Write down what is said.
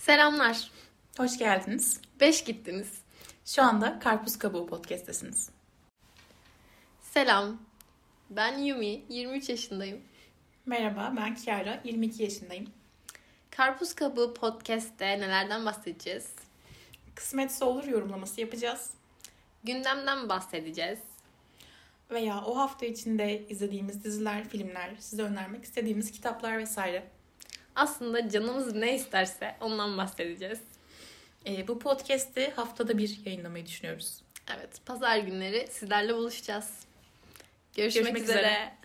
Selamlar. Hoş geldiniz. 5 gittiniz. Şu anda Karpuz Kabuğu Podcast'tesiniz. Selam. Ben Yumi, 23 yaşındayım. Merhaba, ben Kiara, 22 yaşındayım. Karpuz Kabuğu Podcast'te nelerden bahsedeceğiz? Kısmetse olur yorumlaması yapacağız. Gündemden bahsedeceğiz. Veya o hafta içinde izlediğimiz diziler, filmler, size önermek istediğimiz kitaplar vesaire. Aslında canımız ne isterse ondan bahsedeceğiz. Bu podcast'i haftada bir yayınlamayı düşünüyoruz. Evet, pazar günleri sizlerle buluşacağız. Görüşmek üzere.